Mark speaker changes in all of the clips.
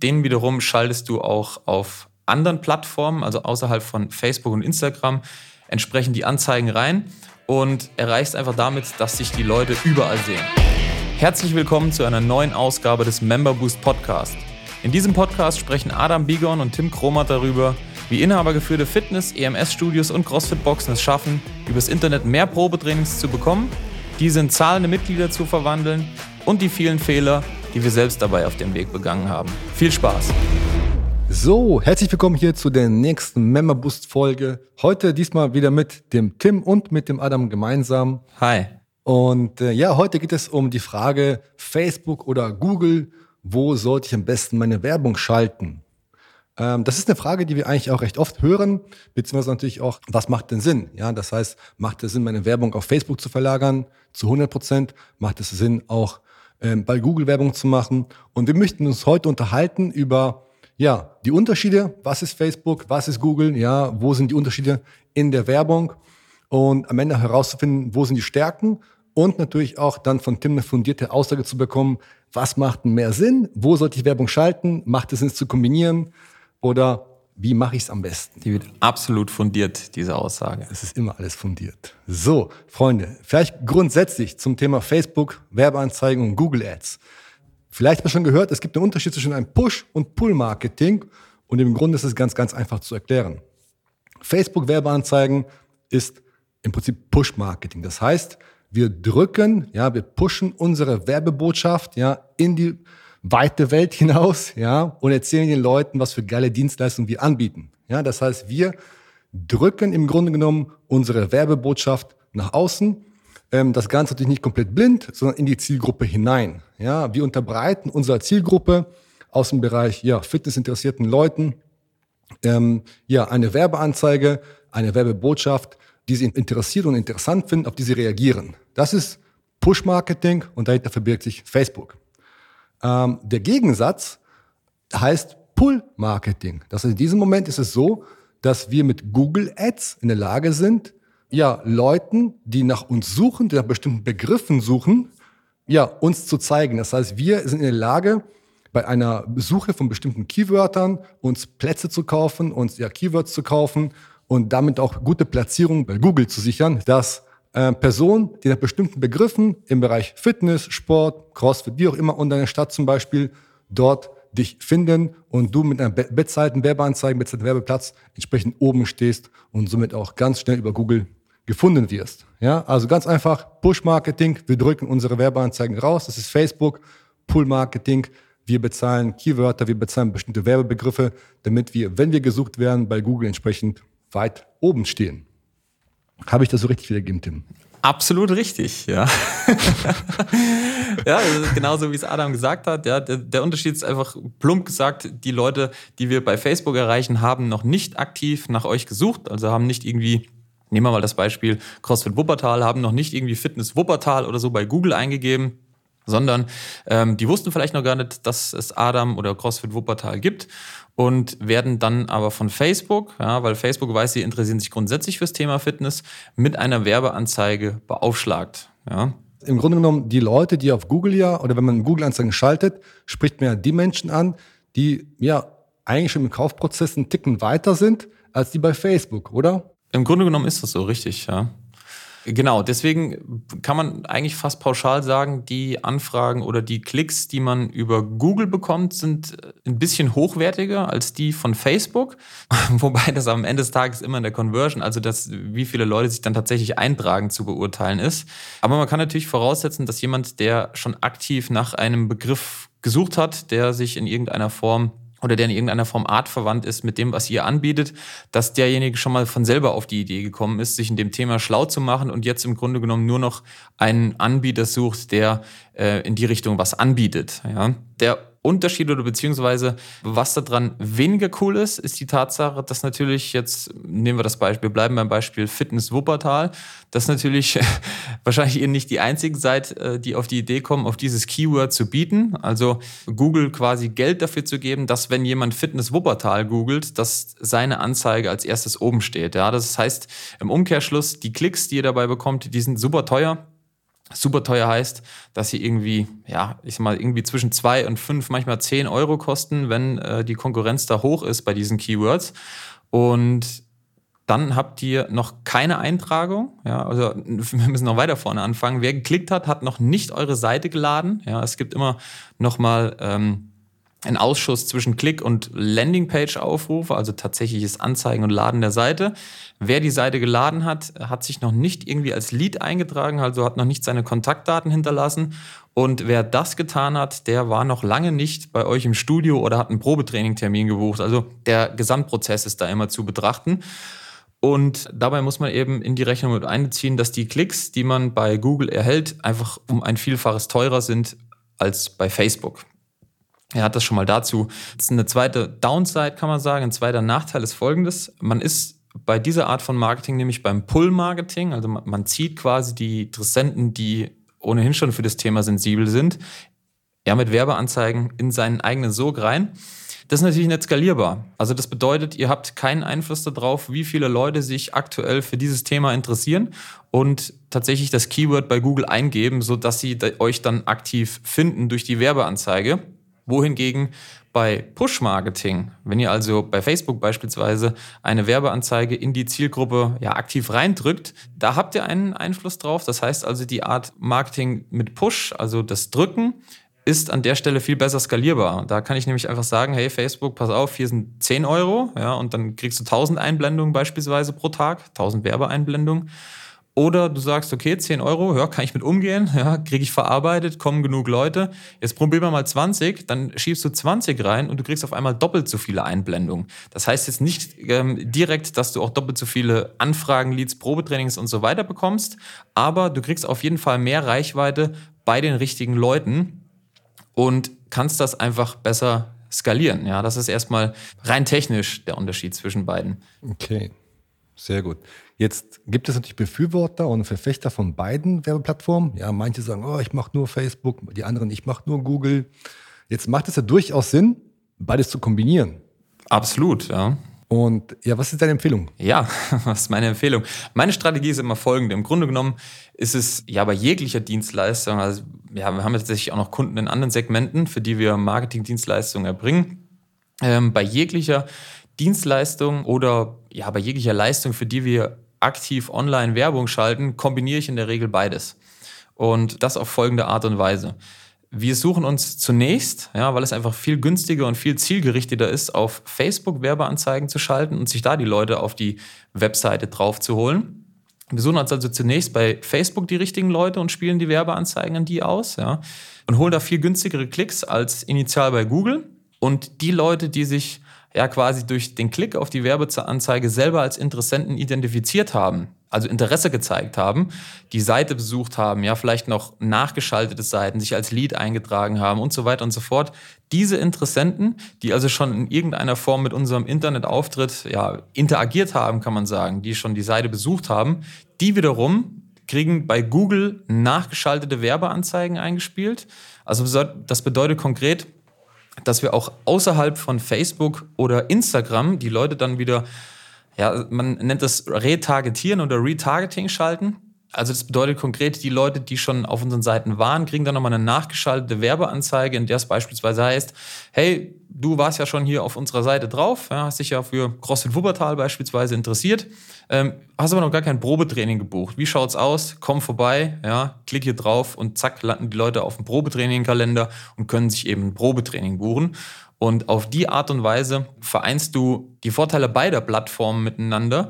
Speaker 1: denen wiederum schaltest du auch auf anderen Plattformen, also außerhalb von Facebook und Instagram, entsprechend die Anzeigen rein und erreichst einfach damit, dass sich die Leute überall sehen. Herzlich willkommen zu einer neuen Ausgabe des Member Boost Podcast. In diesem Podcast sprechen Adam Bigon und Tim Kromat darüber, wie inhabergeführte Fitness-, EMS-Studios und CrossFit-Boxen es schaffen, übers Internet mehr Probetrainings zu bekommen, diese in zahlende Mitglieder zu verwandeln und die vielen Fehler, die wir selbst dabei auf dem Weg begangen haben. Viel Spaß!
Speaker 2: So, herzlich willkommen hier zu der nächsten Member Boost Folge. Heute diesmal wieder mit dem Tim und mit dem Adam gemeinsam.
Speaker 1: Hi.
Speaker 2: Und heute geht es um die Frage Facebook oder Google, wo sollte ich am besten meine Werbung schalten? Das ist eine Frage, die wir eigentlich auch recht oft hören, beziehungsweise natürlich auch, was macht denn Sinn? Ja, das heißt, macht es Sinn, meine Werbung auf Facebook zu verlagern, zu 100%? Macht es Sinn, auch bei Google Werbung zu machen? Und wir möchten uns heute unterhalten über die Unterschiede. Was ist Facebook? Was ist Google? Ja, wo sind die Unterschiede in der Werbung? Und am Ende herauszufinden, wo sind die Stärken? Und natürlich auch dann von Tim eine fundierte Aussage zu bekommen, was macht mehr Sinn? Wo sollte ich Werbung schalten? Macht es Sinn, es zu kombinieren? Oder wie mache ich es am besten?
Speaker 1: Die wird absolut fundiert, diese Aussage.
Speaker 2: Es ist immer alles fundiert. So, Freunde, vielleicht grundsätzlich zum Thema Facebook, Werbeanzeigen und Google Ads. Vielleicht habt ihr schon gehört, es gibt einen Unterschied zwischen einem Push- und Pull-Marketing und im Grunde ist es ganz, ganz einfach zu erklären. Facebook-Werbeanzeigen ist im Prinzip Push-Marketing. Das heißt, wir wir pushen unsere Werbebotschaft in die weite Welt hinaus und erzählen den Leuten, was für geile Dienstleistungen wir anbieten. Ja, das heißt, wir drücken im Grunde genommen unsere Werbebotschaft nach außen. Das Ganze natürlich nicht komplett blind, sondern in die Zielgruppe hinein. Ja, wir unterbreiten unserer Zielgruppe aus dem Bereich fitnessinteressierten Leuten eine Werbeanzeige, eine Werbebotschaft, die sie interessiert und interessant finden, auf die sie reagieren. Das ist Push-Marketing und dahinter verbirgt sich Facebook. Der Gegensatz heißt Pull-Marketing. Das heißt, in diesem Moment ist es so, dass wir mit Google Ads in der Lage sind, Leuten, die nach uns suchen, die nach bestimmten Begriffen suchen, uns zu zeigen. Das heißt, wir sind in der Lage, bei einer Suche von bestimmten Keywörtern uns Plätze zu kaufen, uns Keywords zu kaufen und damit auch gute Platzierungen bei Google zu sichern, dass Personen, die nach bestimmten Begriffen im Bereich Fitness, Sport, CrossFit, wie auch immer, und deine Stadt zum Beispiel, dort dich finden und du mit einer bezahlten Werbeanzeige, bezahlten Werbeplatz entsprechend oben stehst und somit auch ganz schnell über Google gefunden wirst. Ja, also ganz einfach Push-Marketing, wir drücken unsere Werbeanzeigen raus, das ist Facebook. Pull-Marketing, wir bezahlen Keywörter, wir bezahlen bestimmte Werbebegriffe, damit wir, wenn wir gesucht werden, bei Google entsprechend weit oben stehen. Habe ich das so richtig wiedergegeben, Tim?
Speaker 1: Absolut richtig, ja. Ja, das ist genauso wie es Adam gesagt hat. Ja, der Unterschied ist einfach plump gesagt, die Leute, die wir bei Facebook erreichen, haben noch nicht aktiv nach euch gesucht, also haben nicht irgendwie, nehmen wir mal das Beispiel CrossFit Wuppertal, haben noch nicht irgendwie Fitness Wuppertal oder so bei Google eingegeben, sondern die wussten vielleicht noch gar nicht, dass es Adam oder CrossFit Wuppertal gibt und werden dann aber von Facebook, weil Facebook weiß, sie interessieren sich grundsätzlich fürs Thema Fitness, mit einer Werbeanzeige beaufschlagt. Ja.
Speaker 2: Im Grunde genommen, die Leute, die auf Google oder wenn man Google-Anzeigen schaltet, spricht man die Menschen an, die eigentlich schon im Kaufprozess einen Ticken weiter sind, als die bei Facebook, oder?
Speaker 1: Im Grunde genommen ist das so, richtig, ja. Genau, deswegen kann man eigentlich fast pauschal sagen, die Anfragen oder die Klicks, die man über Google bekommt, sind ein bisschen hochwertiger als die von Facebook. Wobei das am Ende des Tages immer in der Conversion, also das, wie viele Leute sich dann tatsächlich eintragen, zu beurteilen ist. Aber man kann natürlich voraussetzen, dass jemand, der schon aktiv nach einem Begriff gesucht hat, der sich in irgendeiner Form oder der in irgendeiner Form artverwandt ist mit dem, was ihr anbietet, dass derjenige schon mal von selber auf die Idee gekommen ist, sich in dem Thema schlau zu machen und jetzt im Grunde genommen nur noch einen Anbieter sucht, der in die Richtung was anbietet. Ja. Der Unterschied oder beziehungsweise was daran weniger cool ist, ist die Tatsache, dass natürlich jetzt, nehmen wir das Beispiel, bleiben beim Beispiel Fitness Wuppertal, dass natürlich wahrscheinlich ihr nicht die einzigen seid, die auf die Idee kommen, auf dieses Keyword zu bieten. Also Google quasi Geld dafür zu geben, dass wenn jemand Fitness Wuppertal googelt, dass seine Anzeige als erstes oben steht. Ja, das heißt im Umkehrschluss, die Klicks, die ihr dabei bekommt, die sind super teuer. Super teuer heißt, dass sie irgendwie, ja, ich sag mal, irgendwie zwischen 2 und 5, manchmal 10 Euro kosten, wenn die Konkurrenz da hoch ist bei diesen Keywords. Und dann habt ihr noch keine Eintragung. Ja, also wir müssen noch weiter vorne anfangen. Wer geklickt hat, hat noch nicht eure Seite geladen. Ja, es gibt immer noch mal einen Ausschuss zwischen Klick- und Landingpage-Aufrufe, also tatsächliches Anzeigen und Laden der Seite. Wer die Seite geladen hat, hat sich noch nicht irgendwie als Lead eingetragen, also hat noch nicht seine Kontaktdaten hinterlassen. Und wer das getan hat, der war noch lange nicht bei euch im Studio oder hat einen Probetraining-Termin gebucht. Also der Gesamtprozess ist da immer zu betrachten. Und dabei muss man eben in die Rechnung mit einbeziehen, dass die Klicks, die man bei Google erhält, einfach um ein Vielfaches teurer sind als bei Facebook. Er hat das schon mal dazu. Das ist eine zweite Downside, kann man sagen. Ein zweiter Nachteil ist folgendes. Man ist bei dieser Art von Marketing nämlich beim Pull-Marketing. Also man zieht quasi die Interessenten, die ohnehin schon für das Thema sensibel sind, ja, mit Werbeanzeigen in seinen eigenen Sog rein. Das ist natürlich nicht skalierbar. Also das bedeutet, ihr habt keinen Einfluss darauf, wie viele Leute sich aktuell für dieses Thema interessieren und tatsächlich das Keyword bei Google eingeben, sodass sie euch dann aktiv finden durch die Werbeanzeige. Wohingegen bei Push-Marketing, wenn ihr also bei Facebook beispielsweise eine Werbeanzeige in die Zielgruppe ja aktiv reindrückt, da habt ihr einen Einfluss drauf. Das heißt also, die Art Marketing mit Push, also das Drücken, ist an der Stelle viel besser skalierbar. Da kann ich nämlich einfach sagen, hey Facebook, pass auf, hier sind 10 Euro, ja, und dann kriegst du 1000 Einblendungen beispielsweise pro Tag, 1000 Werbeeinblendungen. Oder du sagst, okay, 10 Euro, ja, kann ich mit umgehen, ja, kriege ich verarbeitet, kommen genug Leute. Jetzt probieren wir mal 20, dann schiebst du 20 rein und du kriegst auf einmal doppelt so viele Einblendungen. Das heißt jetzt nicht direkt, dass du auch doppelt so viele Anfragen, Leads, Probetrainings und so weiter bekommst, aber du kriegst auf jeden Fall mehr Reichweite bei den richtigen Leuten und kannst das einfach besser skalieren. Ja, das ist erstmal rein technisch der Unterschied zwischen beiden.
Speaker 2: Okay, sehr gut. Jetzt gibt es natürlich Befürworter und Verfechter von beiden Werbeplattformen. Ja, manche sagen, oh, ich mache nur Facebook, die anderen, ich mache nur Google. Jetzt macht es ja durchaus Sinn, beides zu kombinieren.
Speaker 1: Absolut, ja.
Speaker 2: Und ja, was ist deine Empfehlung?
Speaker 1: Ja, was ist meine Empfehlung? Meine Strategie ist immer folgende. Im Grunde genommen ist es ja bei jeglicher Dienstleistung, also ja, wir haben jetzt tatsächlich auch noch Kunden in anderen Segmenten, für die wir Marketingdienstleistungen erbringen. Bei jeglicher Dienstleistung oder ja, bei jeglicher Leistung, für die wir aktiv online Werbung schalten, kombiniere ich in der Regel beides. Und das auf folgende Art und Weise. Wir suchen uns zunächst, ja, weil es einfach viel günstiger und viel zielgerichteter ist, auf Facebook Werbeanzeigen zu schalten und sich da die Leute auf die Webseite drauf zu holen. Wir suchen uns also zunächst bei Facebook die richtigen Leute und spielen die Werbeanzeigen an die aus, ja, und holen da viel günstigere Klicks als initial bei Google. Und die Leute, die sich ja quasi durch den Klick auf die Werbeanzeige selber als Interessenten identifiziert haben, also Interesse gezeigt haben, die Seite besucht haben, ja vielleicht noch nachgeschaltete Seiten, sich als Lead eingetragen haben und so weiter und so fort. Diese Interessenten, die also schon in irgendeiner Form mit unserem Internetauftritt ja interagiert haben, kann man sagen, die schon die Seite besucht haben, die wiederum kriegen bei Google nachgeschaltete Werbeanzeigen eingespielt. Also das bedeutet konkret, dass wir auch außerhalb von Facebook oder Instagram die Leute dann wieder, ja, man nennt das Retargetieren oder Retargeting schalten. Also das bedeutet konkret, die Leute, die schon auf unseren Seiten waren, kriegen dann nochmal eine nachgeschaltete Werbeanzeige, in der es beispielsweise heißt, hey, du warst ja schon hier auf unserer Seite drauf, ja, hast dich ja für CrossFit Wuppertal beispielsweise interessiert, hast aber noch gar kein Probetraining gebucht. Wie schaut's aus? Komm vorbei, ja, klick hier drauf und zack, landen die Leute auf dem Probetraining-Kalender und können sich eben ein Probetraining buchen. Und auf die Art und Weise vereinst du die Vorteile beider Plattformen miteinander,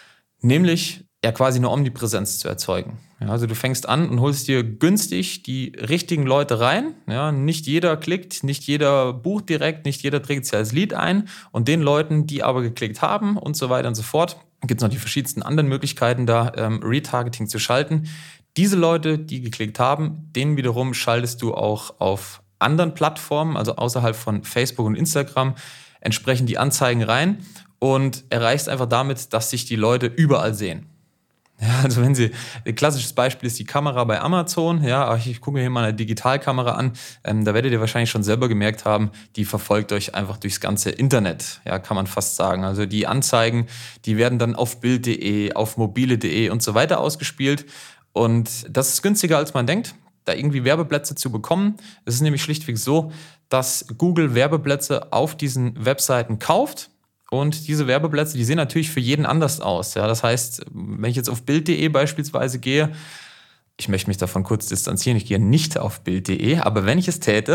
Speaker 1: nämlich ja quasi eine Omnipräsenz zu erzeugen. Ja, also du fängst an und holst dir günstig die richtigen Leute rein. Ja, nicht jeder klickt, nicht jeder bucht direkt, nicht jeder trägt sich als Lead ein. Und den Leuten, die aber geklickt haben und so weiter und so fort, gibt es noch die verschiedensten anderen Möglichkeiten, da Retargeting zu schalten. Diese Leute, die geklickt haben, denen wiederum schaltest du auch auf anderen Plattformen, also außerhalb von Facebook und Instagram, entsprechend die Anzeigen rein und erreichst einfach damit, dass sich die Leute überall sehen. Ja, also wenn Sie, ein klassisches Beispiel ist die Kamera bei Amazon. Ja, ich gucke mir hier mal eine Digitalkamera an. Da werdet ihr wahrscheinlich schon selber gemerkt haben, die verfolgt euch einfach durchs ganze Internet. Ja, kann man fast sagen. Also die Anzeigen, die werden dann auf Bild.de, auf mobile.de und so weiter ausgespielt. Und das ist günstiger, als man denkt, da irgendwie Werbeplätze zu bekommen. Es ist nämlich schlichtweg so, dass Google Werbeplätze auf diesen Webseiten kauft. Und diese Werbeplätze, die sehen natürlich für jeden anders aus. Ja, das heißt, wenn ich jetzt auf Bild.de beispielsweise gehe, ich möchte mich davon kurz distanzieren, ich gehe nicht auf Bild.de, aber wenn ich es täte,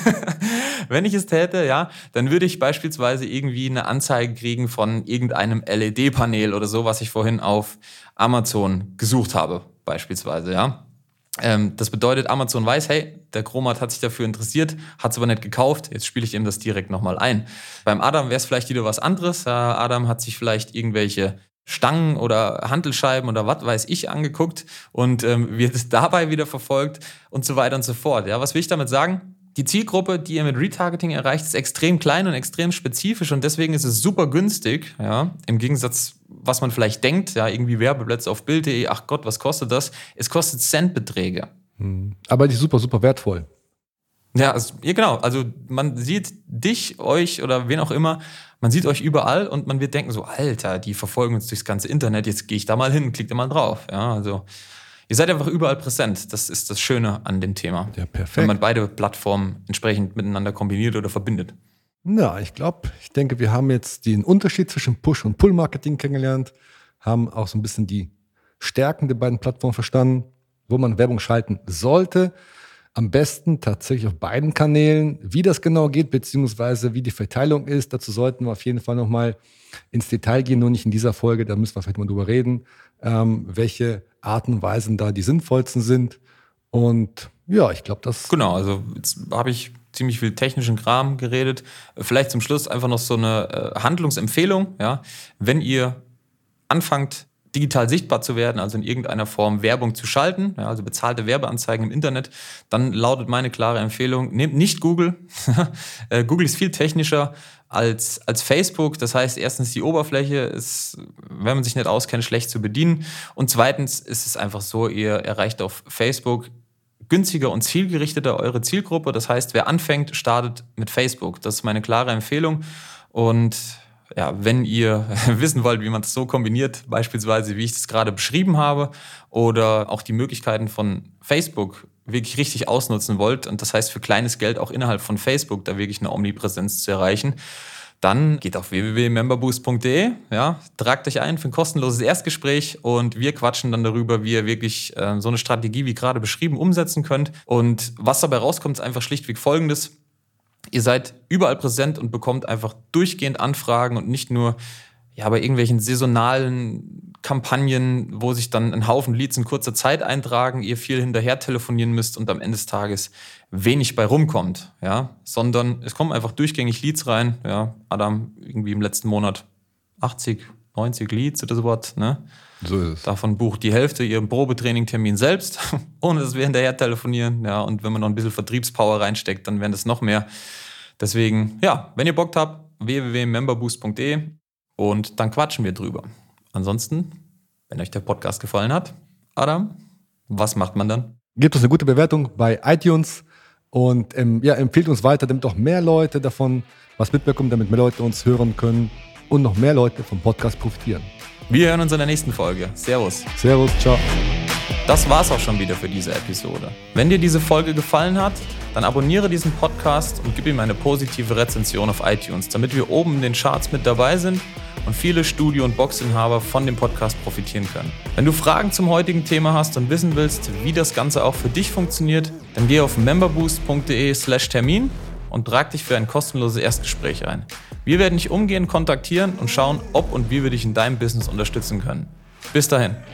Speaker 1: ja, dann würde ich beispielsweise irgendwie eine Anzeige kriegen von irgendeinem LED-Panel oder so, was ich vorhin auf Amazon gesucht habe, beispielsweise, ja. Das bedeutet, Amazon weiß, hey, der Chromat hat sich dafür interessiert, hat es aber nicht gekauft, jetzt spiele ich ihm das direkt nochmal ein. Beim Adam wäre es vielleicht wieder was anderes. Adam hat sich vielleicht irgendwelche Stangen oder Hantelscheiben oder was weiß ich angeguckt und wird es dabei wieder verfolgt und so weiter und so fort. Ja, was will ich damit sagen? Die Zielgruppe, die ihr mit Retargeting erreicht, ist extrem klein und extrem spezifisch und deswegen ist es super günstig, ja, im Gegensatz, was man vielleicht denkt, ja, irgendwie Werbeplätze auf Bild.de, ach Gott, was kostet das? Es kostet Centbeträge.
Speaker 2: Aber die ist super, super wertvoll.
Speaker 1: Ja, genau, also man sieht dich, euch oder wen auch immer, man sieht euch überall und man wird denken so, Alter, die verfolgen uns durchs ganze Internet, jetzt gehe ich da mal hin, klick da mal drauf, ja, also ihr seid einfach überall präsent. Das ist das Schöne an dem Thema.
Speaker 2: Ja, perfekt.
Speaker 1: Wenn man beide Plattformen entsprechend miteinander kombiniert oder verbindet.
Speaker 2: Na, ich denke, wir haben jetzt den Unterschied zwischen Push- und Pull-Marketing kennengelernt, haben auch so ein bisschen die Stärken der beiden Plattformen verstanden, wo man Werbung schalten sollte. Am besten tatsächlich auf beiden Kanälen. Wie das genau geht, beziehungsweise wie die Verteilung ist, dazu sollten wir auf jeden Fall nochmal ins Detail gehen, nur nicht in dieser Folge, da müssen wir vielleicht mal drüber reden, welche Arten und Weisen da die sinnvollsten sind. Und ja, ich glaube, das...
Speaker 1: Genau, also jetzt habe ich ziemlich viel technischen Kram geredet. Vielleicht zum Schluss einfach noch so eine Handlungsempfehlung. Ja? Wenn ihr anfangt, digital sichtbar zu werden, also in irgendeiner Form Werbung zu schalten, ja, also bezahlte Werbeanzeigen im Internet, dann lautet meine klare Empfehlung, nehmt nicht Google. Google ist viel technischer als Facebook. Das heißt, erstens, die Oberfläche ist, wenn man sich nicht auskennt, schlecht zu bedienen. Und zweitens ist es einfach so, ihr erreicht auf Facebook günstiger und zielgerichteter eure Zielgruppe. Das heißt, wer anfängt, startet mit Facebook. Das ist meine klare Empfehlung. Und ja, wenn ihr wissen wollt, wie man das so kombiniert, beispielsweise wie ich das gerade beschrieben habe, oder auch die Möglichkeiten von Facebook wirklich richtig ausnutzen wollt, und das heißt für kleines Geld auch innerhalb von Facebook da wirklich eine Omnipräsenz zu erreichen, dann geht auf www.memberboost.de, ja, tragt euch ein für ein kostenloses Erstgespräch und wir quatschen dann darüber, wie ihr wirklich so eine Strategie wie gerade beschrieben umsetzen könnt. Und was dabei rauskommt, ist einfach schlichtweg Folgendes: Ihr seid überall präsent und bekommt einfach durchgehend Anfragen und nicht nur bei irgendwelchen saisonalen Kampagnen, wo sich dann ein Haufen Leads in kurzer Zeit eintragen, ihr viel hinterher telefonieren müsst und am Ende des Tages wenig bei rumkommt, ja, sondern es kommen einfach durchgängig Leads rein, ja, Adam irgendwie im letzten Monat 80, 90 Leads oder sowas, ne?
Speaker 2: So ist es.
Speaker 1: Davon bucht die Hälfte ihren Probetraining-Termin selbst, ohne dass wir hinterher telefonieren, ja, und wenn man noch ein bisschen Vertriebspower reinsteckt, dann wären das noch mehr. Deswegen, ja, wenn ihr Bock habt, www.memberboost.de und dann quatschen wir drüber. Ansonsten, wenn euch der Podcast gefallen hat, Adam, was macht man dann?
Speaker 2: Gebt uns eine gute Bewertung bei iTunes und empfehlt uns weiter, damit auch mehr Leute davon was mitbekommen, damit mehr Leute uns hören können und noch mehr Leute vom Podcast profitieren.
Speaker 1: Wir hören uns in der nächsten Folge. Servus.
Speaker 2: Servus, ciao.
Speaker 1: Das war's auch schon wieder für diese Episode. Wenn dir diese Folge gefallen hat, dann abonniere diesen Podcast und gib ihm eine positive Rezension auf iTunes, damit wir oben in den Charts mit dabei sind und viele Studio- und Boxinhaber von dem Podcast profitieren können. Wenn du Fragen zum heutigen Thema hast und wissen willst, wie das Ganze auch für dich funktioniert, dann geh auf memberboost.de/Termin und trag dich für ein kostenloses Erstgespräch ein. Wir werden dich umgehend kontaktieren und schauen, ob und wie wir dich in deinem Business unterstützen können. Bis dahin.